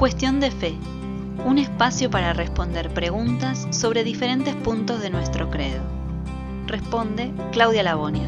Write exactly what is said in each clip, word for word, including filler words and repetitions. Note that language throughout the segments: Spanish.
Cuestión de fe, un espacio para responder preguntas sobre diferentes puntos de nuestro credo. Responde Claudia Labonia.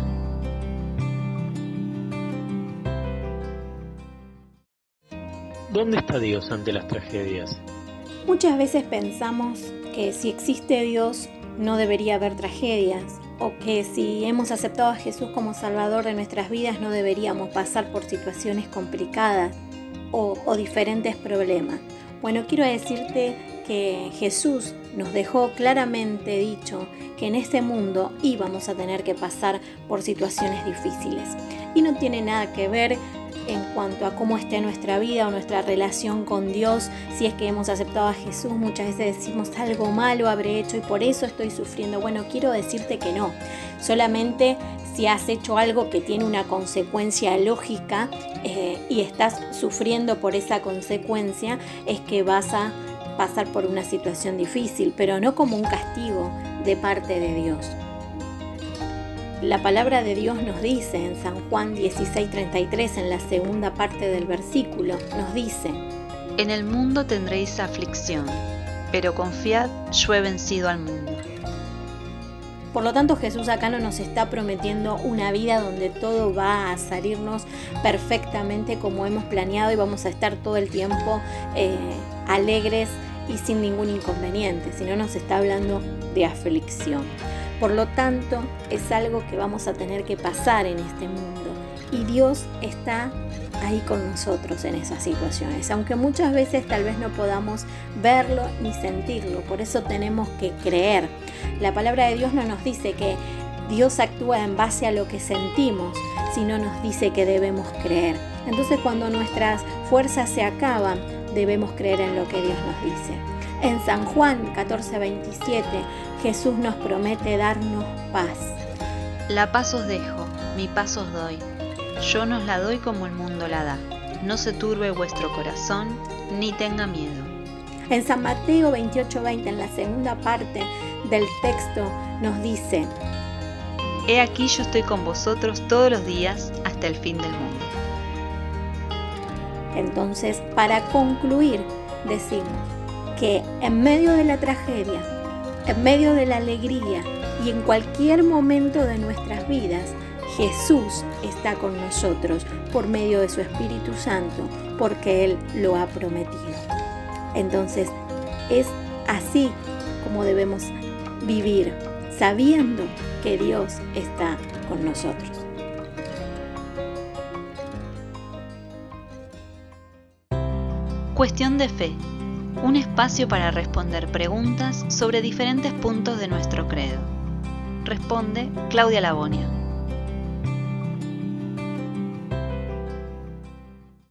¿Dónde está Dios ante las tragedias? Muchas veces pensamos que si existe Dios no debería haber tragedias, o que si hemos aceptado a Jesús como Salvador de nuestras vidas no deberíamos pasar por situaciones complicadas o, o diferentes problemas. Bueno, quiero decirte que Jesús nos dejó claramente dicho que en este mundo íbamos a tener que pasar por situaciones difíciles. Y no tiene nada que ver en cuanto a cómo esté nuestra vida o nuestra relación con Dios. Si es que hemos aceptado a Jesús, muchas veces decimos algo malo habré hecho y por eso estoy sufriendo. Bueno, quiero decirte que no. Solamente si has hecho algo que tiene una consecuencia lógica eh, y estás sufriendo por esa consecuencia, es que vas a pasar por una situación difícil, pero no como un castigo de parte de Dios. La palabra de Dios nos dice en San Juan dieciséis treinta y tres, en la segunda parte del versículo, nos dice: En el mundo tendréis aflicción, pero confiad, yo he vencido al mundo. Por lo tanto, Jesús acá no nos está prometiendo una vida donde todo va a salirnos perfectamente como hemos planeado y vamos a estar todo el tiempo eh, alegres y sin ningún inconveniente, sino nos está hablando de aflicción. Por lo tanto, es algo que vamos a tener que pasar en este mundo y Dios está ahí con nosotros en esas situaciones, aunque muchas veces tal vez no podamos verlo ni sentirlo. Por eso tenemos que creer. La palabra de Dios no nos dice que Dios actúa en base a lo que sentimos, sino nos dice que debemos creer. Entonces, cuando nuestras fuerzas se acaban, debemos creer en lo que Dios nos dice. En San Juan catorce veintisiete, Jesús nos promete darnos paz. La paz os dejo, mi paz os doy. Yo no os la doy como el mundo la da. No se turbe vuestro corazón, ni tenga miedo. En San Mateo veintiocho veinte, en la segunda parte del texto, nos dice: He aquí yo estoy con vosotros todos los días hasta el fin del mundo. Entonces, para concluir, decimos que en medio de la tragedia, en medio de la alegría y en cualquier momento de nuestras vidas, Jesús está con nosotros por medio de su Espíritu Santo, porque Él lo ha prometido. Entonces, es así como debemos vivir, sabiendo que Dios está con nosotros. Cuestión de fe, un espacio para responder preguntas sobre diferentes puntos de nuestro credo. Responde Claudia Labonia.